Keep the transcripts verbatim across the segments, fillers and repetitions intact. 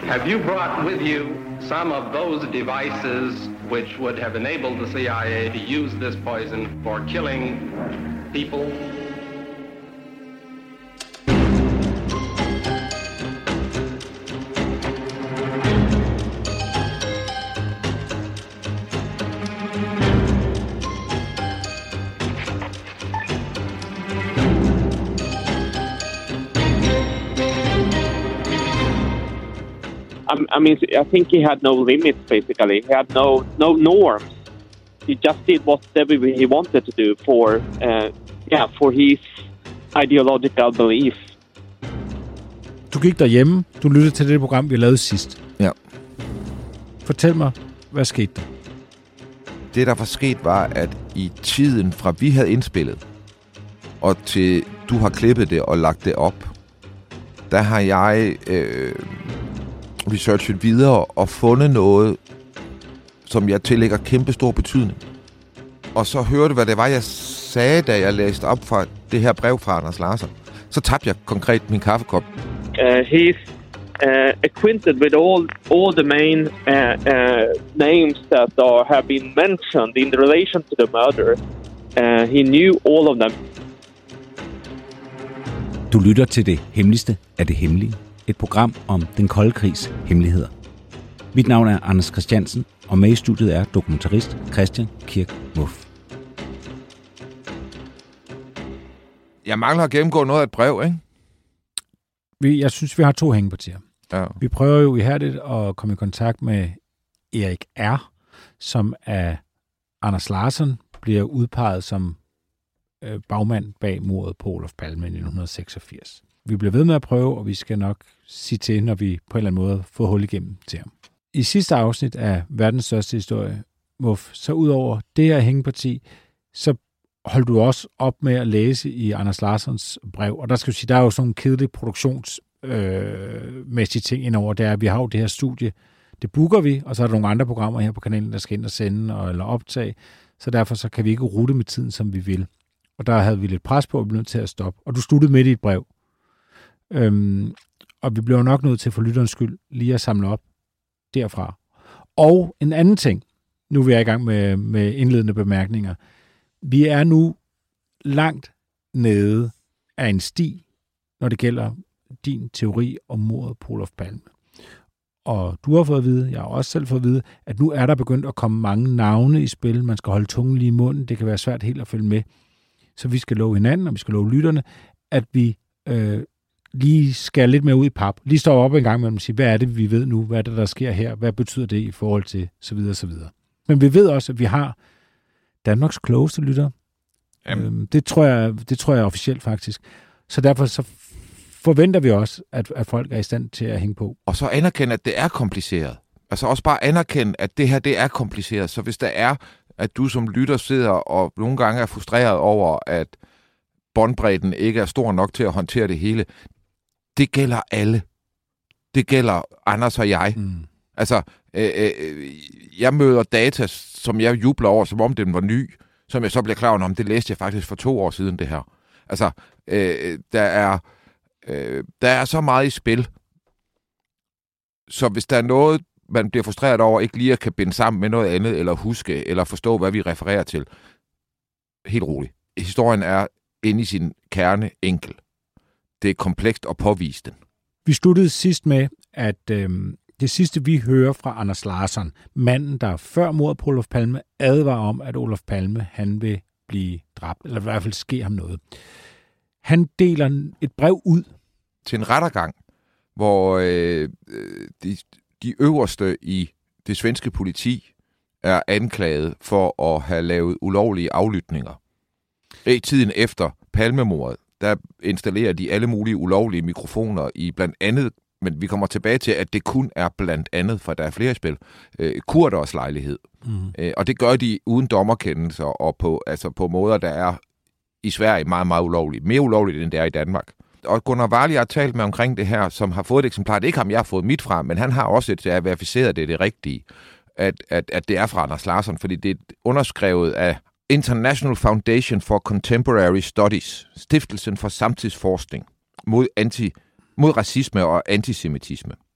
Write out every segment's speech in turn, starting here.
Have you brought with you some of those devices which would have enabled the C I A to use this poison for killing people? I mean, I think he had no limits, basically. He had no no norms. He just did whatever he wanted to do for, uh, yeah, for his ideological belief. Du gik derhjemme, du lyttede til det program, vi lavede sidst. Ja. Fortæl mig, hvad skete der? Det, der var sket, var, at i tiden fra vi havde indspillet, og til du har klippet det og lagt det op, der har jeg øh, researchet videre og fundet noget, som jeg tillægger kæmpe stor betydning. Og så hørte hvad det var, jeg sagde, da jeg læste op fra det her brev fra Anders Larsson. Så tabte jeg konkret min kaffekop. Uh, he's uh, acquainted with all all the main uh, uh, names that are, have been mentioned in relation to the murder. Uh, he knew all of them. Du lytter til det hemmeligste af det hemmelige. Et program om den kolde krigs hemmeligheder. Mit navn er Anders Christiansen, og med i studiet er dokumentarist Christian Kirk Muff. Jeg mangler at gennemgå noget af et brev, ikke? Vi, jeg synes, vi har to hængepartier. Ja. Vi prøver jo ihærdigt at komme i kontakt med Erik R., som af Anders Larsson bliver udpeget som øh, bagmand bag mordet på Olof Palme i nitten seksogfirs. Vi bliver ved med at prøve, og vi skal nok sige til, når vi på en eller anden måde får hul igennem til ham. I sidste afsnit af Verdens Største Historie, Muff, så ud over det her hængeparti, så holdt du også op med at læse i Anders Larssons brev. Og der skal du sige, der er jo sådan nogle kedelige produktionsmæssige øh, ting indover. Det er, at vi har jo det her studie, det booker vi, og så er der nogle andre programmer her på kanalen, der skal ind og sende og, eller optage. Så derfor så kan vi ikke rute med tiden, som vi vil. Og der havde vi lidt pres på, at vi blev nødt til at stoppe. Og du sluttede midt i et brev. Øhm, og vi bliver nok nødt til for lytterens skyld lige at samle op derfra. Og en anden ting, nu er vi i gang med, med indledende bemærkninger. Vi er nu langt nede af en sti, når det gælder din teori om mordet på Olof Palme. Og du har fået at vide, jeg har også selv fået at vide, at nu er der begyndt at komme mange navne i spil. Man skal holde tungen lige i munden. Det kan være svært helt at følge med. Så vi skal love hinanden, og vi skal love lytterne, at vi øh, lige skal lidt mere ud i pap. Lige står op en gang med dem og sige, hvad er det, vi ved nu? Hvad er det, der sker her? Hvad betyder det i forhold til så videre, så videre. Men vi ved også, at vi har Danmarks klogeste lytter. Øhm, det, tror jeg, det tror jeg er officielt faktisk. Så derfor så forventer vi også, at, at folk er i stand til at hænge på. Og så anerkende, at det er kompliceret. Altså også bare anerkende, at det her, det er kompliceret. Så hvis der er, at du som lytter sidder og nogle gange er frustreret over, at båndbredden ikke er stor nok til at håndtere det hele, det gælder alle. Det gælder Anders og jeg. Mm. Altså, øh, øh, jeg møder data, som jeg jubler over, som om den var ny, som jeg så bliver klar over, om det læste jeg faktisk for to år siden, det her. Altså, øh, der er øh, der er så meget i spil, så hvis der er noget, man bliver frustreret over, ikke lige kan binde sammen med noget andet, eller huske, eller forstå, hvad vi refererer til, helt roligt. Historien er inde i sin kerne enkel. Det er komplekst at påvise den. Vi sluttede sidst med, at øh, det sidste, vi hører fra Anders Larsson, manden, der før mordet på Olof Palme, advarer om, at Olof Palme, han vil blive dræbt, eller i hvert fald ske ham noget. Han deler et brev ud. Til en rettergang, hvor øh, de, de øverste i det svenske politi er anklaget for at have lavet ulovlige aflytninger. I tiden efter Palmemordet, der installerer de alle mulige ulovlige mikrofoner i blandt andet, men vi kommer tilbage til, at det kun er blandt andet, for der er flere spil, øh, kurders lejlighed. Mm. Øh, og det gør de uden dommerkendelser og på, altså på måder, der er i Sverige meget, meget ulovligt. Mere ulovligt, end det er i Danmark. Og Gunnar Wærlig har talt med omkring det her, som har fået et eksemplar. Det er ikke ham, jeg har fået mit fra, men han har også et, at verificeret det, det rigtige, at, at, at det er fra Anders Larsson, fordi det er underskrevet af International Foundation for Contemporary Studies, Stiftelsen for Samtidsforskning mod, anti, mod racisme og antisemitisme.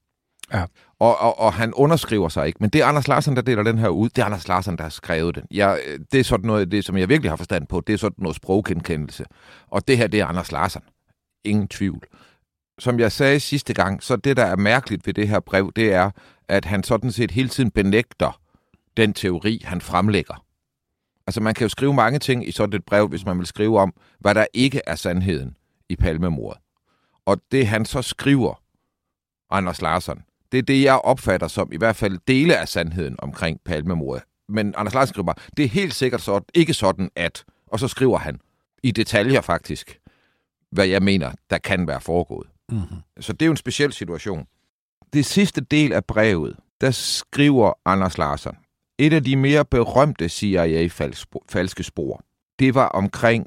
Ja. Og, og, og han underskriver sig ikke. Men det er Anders Larsson, der deler den her ud. Det er Anders Larsson, der har skrevet den. Jeg, det er sådan noget af det, som jeg virkelig har forstand på. Det er sådan noget sproggenkendelse. Og det her, det er Anders Larsson. Ingen tvivl. Som jeg sagde sidste gang, så det, der er mærkeligt ved det her brev, det er, at han sådan set hele tiden benægter den teori, han fremlægger. Altså, man kan jo skrive mange ting i sådan et brev, hvis man vil skrive om, hvad der ikke er sandheden i Palmemordet. Og det, han så skriver, Anders Larsson, det er det, jeg opfatter som i hvert fald dele af sandheden omkring Palmemordet. Men Anders Larsson skriver bare, det er helt sikkert så, ikke sådan, at... Og så skriver han i detaljer faktisk, hvad jeg mener, der kan være foregået. Mm-hmm. Så det er jo en speciel situation. Det sidste del af brevet, der skriver Anders Larsson, et af de mere berømte C I A-falske spor, det var omkring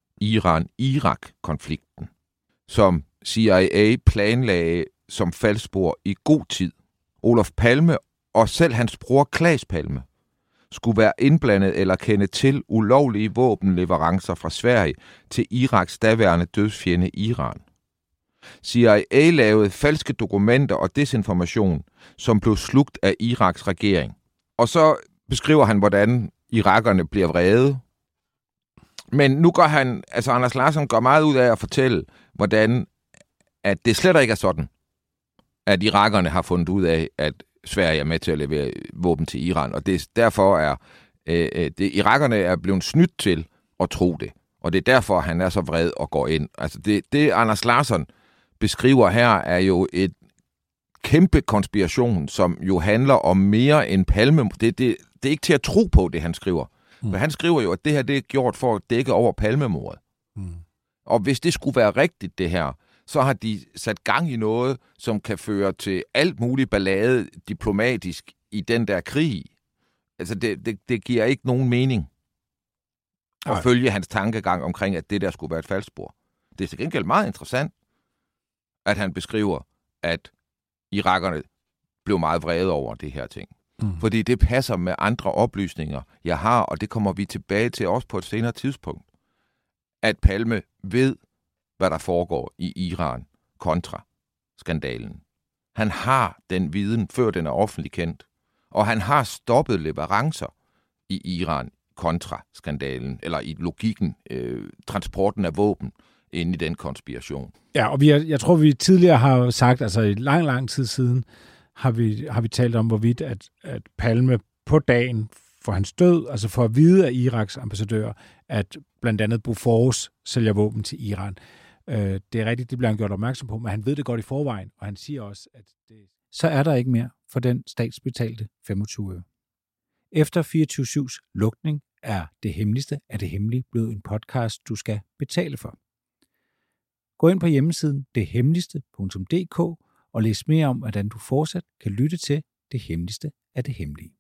Iran-Irak-konflikten, som C I A planlagde som falskspor i god tid. Olof Palme og selv hans bror Claes Palme skulle være indblandet eller kende til ulovlige våbenleverancer fra Sverige til Iraks daværende dødsfjende Iran. C I A lavede falske dokumenter og desinformation, som blev slugt af Iraks regering. Og så beskriver han, hvordan irakerne bliver vrede. Men nu går han, altså Anders Larsson går meget ud af at fortælle, hvordan at det slet ikke er sådan, at irakerne har fundet ud af, at Sverige er med til at levere våben til Iran. Og det, derfor er øh, det, irakerne er blevet snydt til at tro det. Og det er derfor, han er så vred og går ind. Altså det, det Anders Larsson beskriver her, er jo et kæmpe konspiration, som jo handler om mere end Palme. Det, det, det er ikke til at tro på, det han skriver. Mm. Men han skriver jo, at det her det er gjort for at dække over Palmemordet. Mm. Og hvis det skulle være rigtigt, det her, så har de sat gang i noget, som kan føre til alt muligt ballade diplomatisk i den der krig. Altså, det, det, det giver ikke nogen mening at Ej. følge hans tankegang omkring, at det der skulle være et falskspor. Det er til gengæld meget interessant, at han beskriver, at irakerne blev meget vrede over det her ting. Mm. Fordi det passer med andre oplysninger, jeg har, og det kommer vi tilbage til også på et senere tidspunkt. At Palme ved, hvad der foregår i Iran kontra skandalen. Han har den viden, før den er offentlig kendt, og han har stoppet leverancer i Iran kontra skandalen, eller i logikken, øh, transporten af våben inde i den konspiration. Ja, og vi er, jeg tror, vi tidligere har sagt, altså i lang, lang tid siden, har vi, har vi talt om, hvorvidt at, at Palme på dagen for hans død, altså for at vide af Iraks ambassadør, at blandt andet Bofors sælger våben til Iran. Øh, det er rigtigt, det bliver han gjort opmærksom på, men han ved det godt i forvejen, og han siger også, at det... Så er der ikke mere for den statsbetalte femogtyve øre. Efter fireogtyve syvs lukning er Det Hemmeligste af det Hemmelige blevet en podcast, du skal betale for. Gå ind på hjemmesiden det hemmeligste punktum d k og læs mere om, hvordan du fortsat kan lytte til Det Hemmeligste af det Hemmelige.